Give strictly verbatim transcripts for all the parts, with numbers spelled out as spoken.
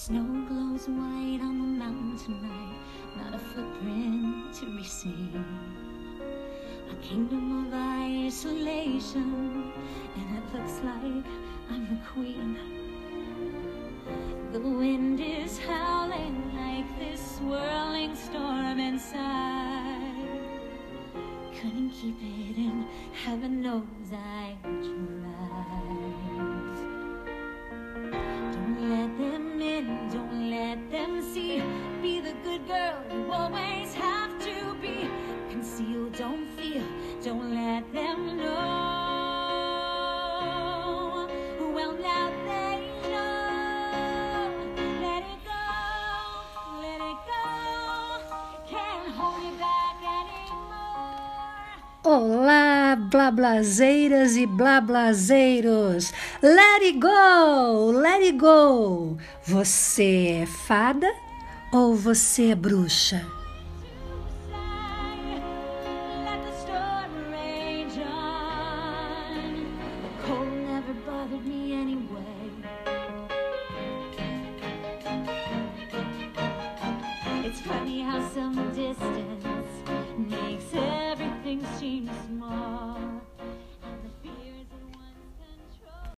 Snow glows white on the mountain tonight, not a footprint to be seen. A kingdom of isolation, and it looks like I'm the queen. The wind is howling like this swirling storm inside. Couldn't keep it in, heaven knows I tried. Don't let them in, don't let them see. Be the good girl you always have to be. Conceal, don't feel, don't let them know. Well, now they know. Let it go, let it go. Can't hold you back anymore. Olá, blablazeiras e blablazeiros! Let it go, let it go! Você é fada ou você é bruxa? It's funny how some distance makes everything seem small. And the fears in one's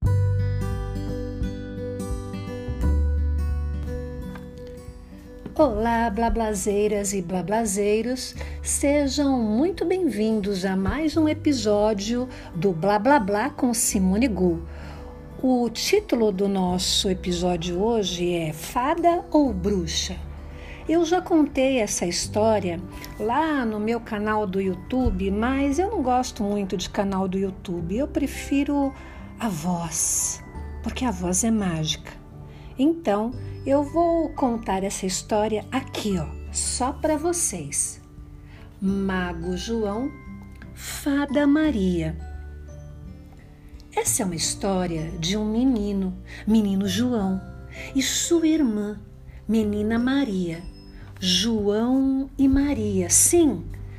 control. Olá, blablazeiras e blablazeiros, sejam muito bem-vindos a mais um episódio do Blá Blá Blá com Simone Gu. O título do nosso episódio hoje é Fada ou Bruxa? Eu já contei essa história lá no meu canal do YouTube, mas eu não gosto muito de canal do YouTube, eu prefiro a voz, porque a voz é mágica. Então, eu vou contar essa história aqui, ó, só para vocês. Mago João, Fada Maria. Essa é uma história de um menino, menino João, e sua irmã, menina Maria. João e Maria, sim,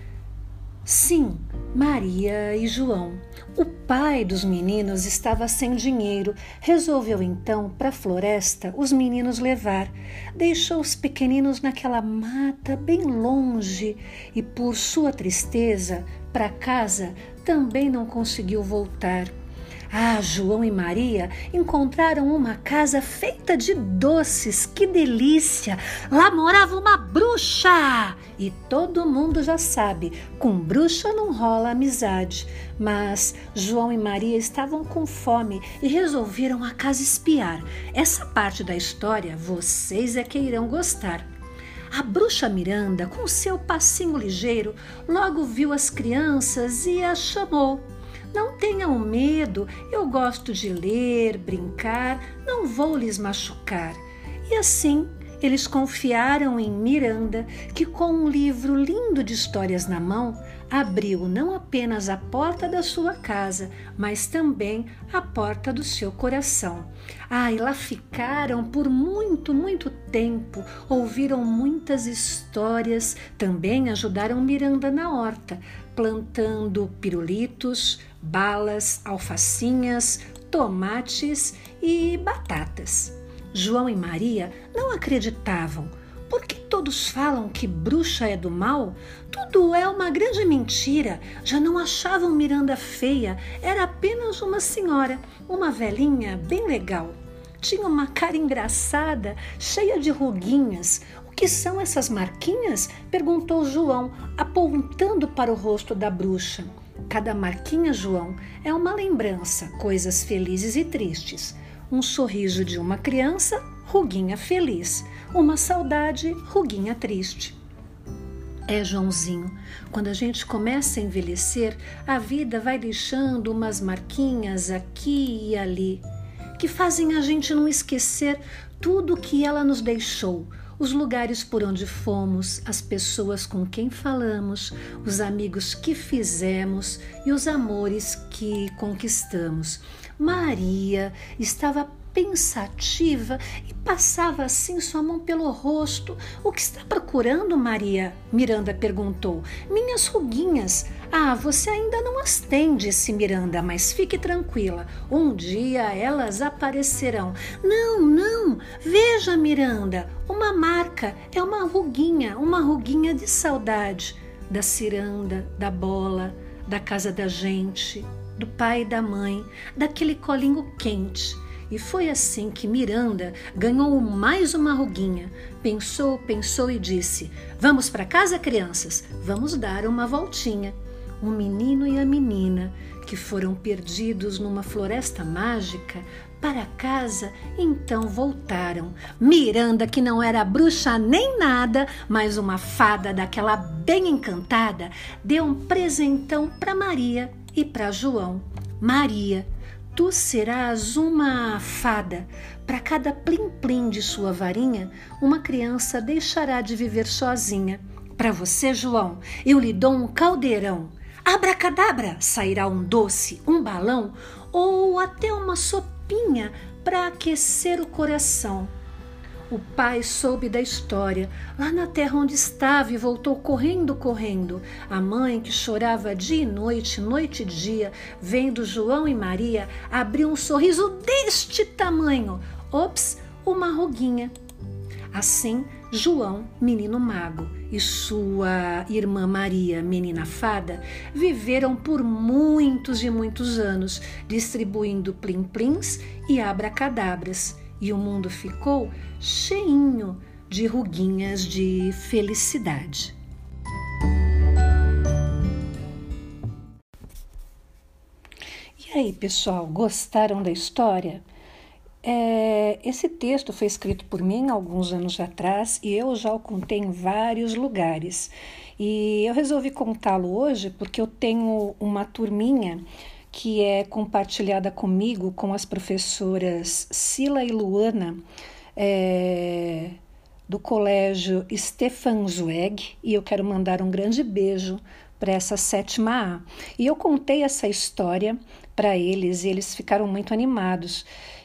sim, Maria e João. O pai dos meninos estava sem dinheiro, resolveu então para a floresta os meninos levar. Deixou os pequeninos naquela mata bem longe e por sua tristeza para casa também não conseguiu voltar. Ah, João e Maria encontraram uma casa feita de doces, que delícia! Lá morava uma bruxa! E todo mundo já sabe, com bruxa não rola amizade. Mas João e Maria estavam com fome e resolveram a casa espiar. Essa parte da história vocês é que irão gostar. A bruxa Miranda, com seu passinho ligeiro, logo viu as crianças e as chamou. Não tenham medo, eu gosto de ler, brincar, não vou lhes machucar. E assim, eles confiaram em Miranda, que com um livro lindo de histórias na mão, abriu não apenas a porta da sua casa, mas também a porta do seu coração. Ah, e lá ficaram por muito, muito tempo, ouviram muitas histórias, também ajudaram Miranda na horta, plantando pirulitos, balas, alfacinhas, tomates e batatas. João e Maria não acreditavam. Por que todos falam que bruxa é do mal? Tudo é uma grande mentira. Já não achavam Miranda feia, era apenas uma senhora, uma velhinha bem legal. Tinha uma cara engraçada, cheia de ruguinhas. O que são essas marquinhas? Perguntou João, apontando para o rosto da bruxa. Cada marquinha, João, é uma lembrança, coisas felizes e tristes. Um sorriso de uma criança, ruguinha feliz. Uma saudade, ruguinha triste. É, Joãozinho, quando a gente começa a envelhecer, a vida vai deixando umas marquinhas aqui e ali, que fazem a gente não esquecer tudo que ela nos deixou. Os lugares por onde fomos, as pessoas com quem falamos, os amigos que fizemos e os amores que conquistamos. Maria estava pensativa e passava assim sua mão pelo rosto. O que está procurando, Maria? Miranda perguntou. Minhas ruguinhas. Ah, você ainda não as tem, disse Miranda, mas fique tranquila. Um dia elas aparecerão. Não, não, veja Veja, Miranda, uma marca, é uma ruguinha, uma ruguinha de saudade da ciranda, da bola, da casa da gente, do pai e da mãe, daquele colinho quente. E foi assim que Miranda ganhou mais uma ruguinha. Pensou, pensou e disse: vamos para casa, crianças? Vamos dar uma voltinha. O menino e a menina, que foram perdidos numa floresta mágica, para casa então voltaram. Miranda, que não era bruxa nem nada, mas uma fada daquela bem encantada, deu um presentão para Maria e para João. Maria: tu serás uma fada. Para cada plim-plim de sua varinha, uma criança deixará de viver sozinha. Para você, João, eu lhe dou um caldeirão. Abracadabra, sairá um doce, um balão ou até uma sopinha para aquecer o coração. O pai soube da história, lá na terra onde estava, e voltou correndo, correndo. A mãe, que chorava dia e noite, noite e dia, vendo João e Maria, abriu um sorriso deste tamanho. Ops, uma ruguinha. Assim, João, menino mago, e sua irmã Maria, menina fada, viveram por muitos e muitos anos, distribuindo plim-plims e abracadabras. E o mundo ficou cheinho de ruguinhas de felicidade. E aí, pessoal, gostaram da história? É, esse texto foi escrito por mim alguns anos atrás e eu já o contei em vários lugares. E eu resolvi contá-lo hoje porque eu tenho uma turminha que é compartilhada comigo com as professoras Sila e Luana, é, do colégio Stefan Zweig, e eu quero mandar um grande beijo para essa sétima A. E eu contei essa história para eles e eles ficaram muito animados.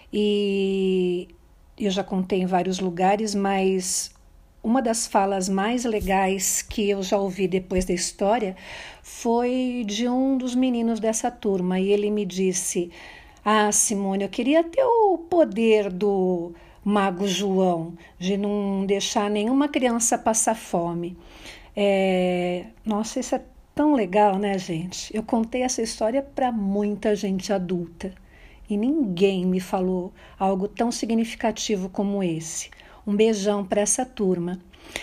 E eu já contei em vários lugares, mas uma das falas mais legais que eu já ouvi depois da história foi de um dos meninos dessa turma. E ele me disse: ah, Simone, eu queria ter o poder do Mago João, de não deixar nenhuma criança passar fome. É... Nossa, isso é tão legal, né, gente? Eu contei essa história para muita gente adulta. E ninguém me falou algo tão significativo como esse. Um beijão para essa turma.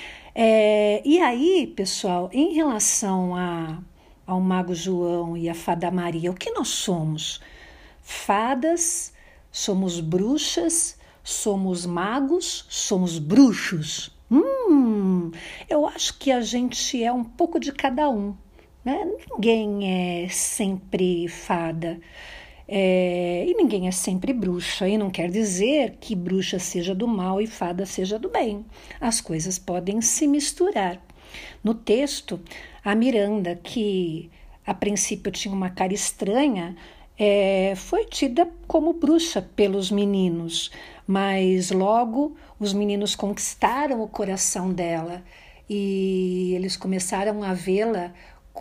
É, e aí, pessoal, em relação a, ao Mago João e a Fada Maria, o que nós somos? Fadas, somos bruxas, somos magos, somos bruxos. Hum, eu acho que a gente é um pouco de cada um, né? Ninguém é sempre fada. É, e ninguém é sempre bruxa, e não quer dizer que bruxa seja do mal e fada seja do bem. As coisas podem se misturar. No texto, a Miranda, que a princípio tinha uma cara estranha, é, foi tida como bruxa pelos meninos, mas logo os meninos conquistaram o coração dela e eles começaram a vê-la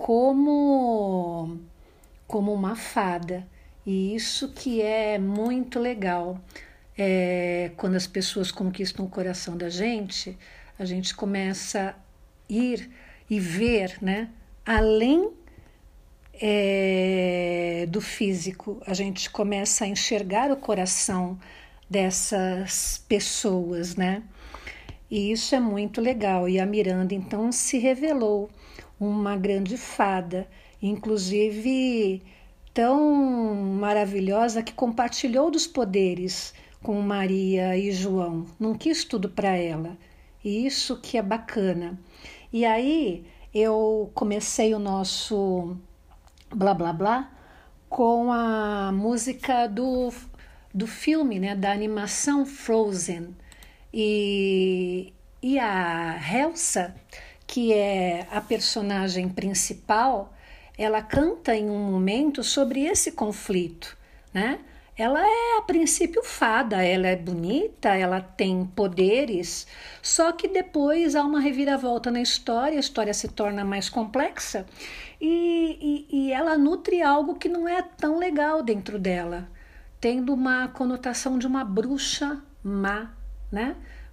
como, como uma fada. E isso que é muito legal, é, quando as pessoas conquistam o coração da gente, a gente começa a ir e ver, né, além é, do físico, a gente começa a enxergar o coração dessas pessoas, né? E isso é muito legal. E a Miranda então se revelou uma grande fada, inclusive tão maravilhosa que compartilhou dos poderes com Maria e João, não quis tudo para ela, e isso que é bacana. E aí eu comecei o nosso blá blá blá com a música do, do filme, né, da animação Frozen, e, e a Elsa, que é a personagem principal, ela canta em um momento sobre esse conflito, né? Ela é, a princípio, fada, ela é bonita, ela tem poderes, só que depois há uma reviravolta na história, a história se torna mais complexa e, e, e ela nutre algo que não é tão legal dentro dela, tendo uma conotação de uma bruxa má, né?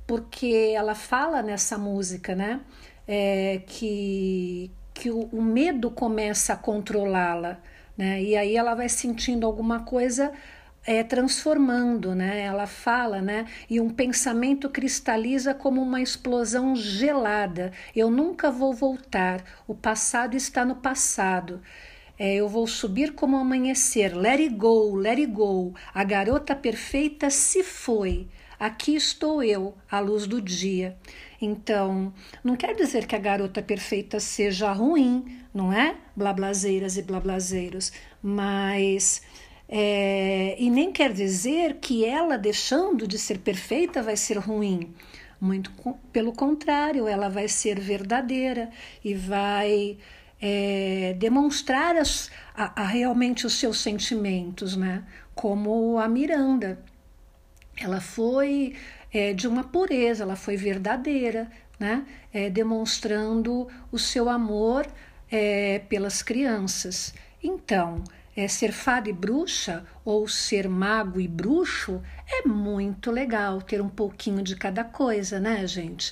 porque ela fala nessa música, né? É, que, que o, o medo começa a controlá-la, né? E aí ela vai sentindo alguma coisa é, transformando, né? Ela fala, né? E um pensamento cristaliza como uma explosão gelada. Eu nunca vou voltar. O passado está no passado. É, eu vou subir como amanhecer. Let it go, let it go. A garota perfeita se foi. Aqui estou eu, à luz do dia. Então, não quer dizer que a garota perfeita seja ruim, não é? Blablazeiras e blablazeiros. Mas, é, e nem quer dizer que ela deixando de ser perfeita vai ser ruim. Muito pelo contrário, ela vai ser verdadeira e vai... É, demonstrar as, a, a realmente os seus sentimentos, né? Como a Miranda. Ela foi é, de uma pureza, ela foi verdadeira, né? É, demonstrando o seu amor é, pelas crianças. Então, é, ser fada e bruxa ou ser mago e bruxo é muito legal, ter um pouquinho de cada coisa, né, gente?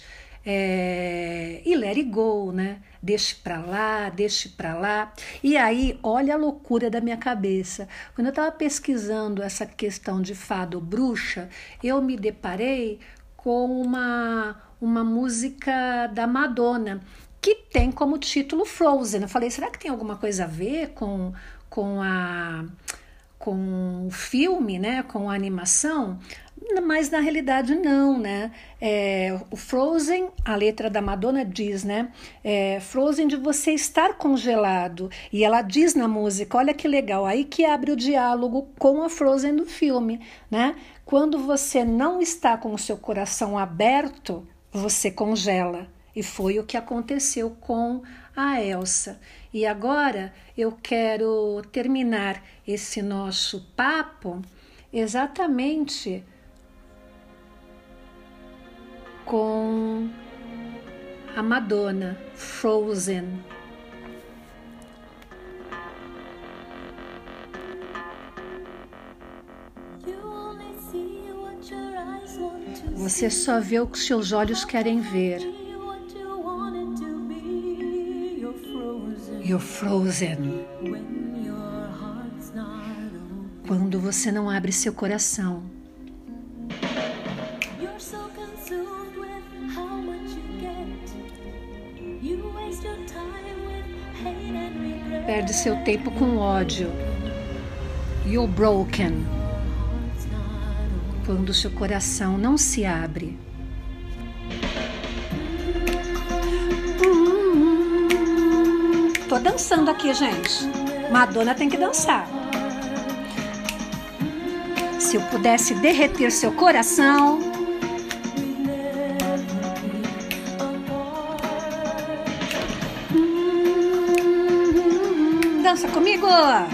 É, e let it go, né? Deixe pra lá, deixe pra lá. E aí, olha a loucura da minha cabeça. Quando eu estava pesquisando essa questão de fada ou bruxa, eu me deparei com uma, uma música da Madonna, que tem como título Frozen. Eu falei, será que tem alguma coisa a ver com, com, a, com o filme, né? Com a animação? Mas na realidade não, né? É, o Frozen, a letra da Madonna diz, né? É, Frozen de você estar congelado. E ela diz na música, olha que legal, aí que abre o diálogo com a Frozen do filme, né? Quando você não está com o seu coração aberto, você congela. E foi o que aconteceu com a Elsa. E agora eu quero terminar esse nosso papo exatamente com a Madonna, Frozen. Você só vê o que seus olhos querem ver. You're frozen. Quando você não abre seu coração. Perde seu tempo com ódio. You're broken. Quando seu coração não se abre. Tô dançando aqui, gente. Madonna tem que dançar. Se eu pudesse derreter seu coração. Dança comigo!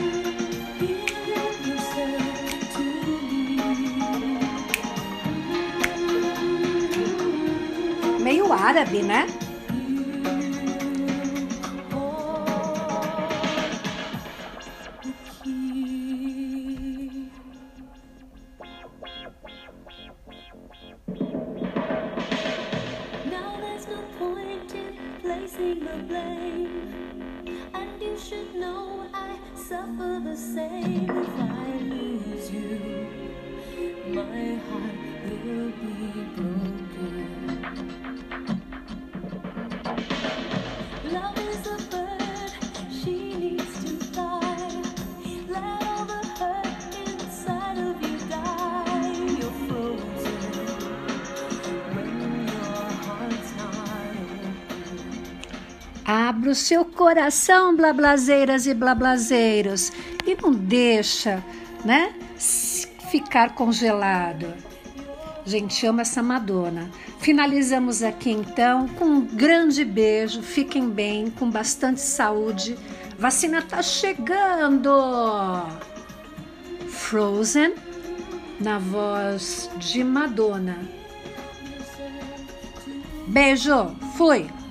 Meio árabe, né? Abra o seu coração, blablazeiras e blablazeiros, e não deixa, né, ficar congelado. Gente, amo essa Madonna. Finalizamos aqui então com um grande beijo. Fiquem bem, com bastante saúde. Vacina tá chegando. Frozen, na voz de Madonna. Beijo, fui.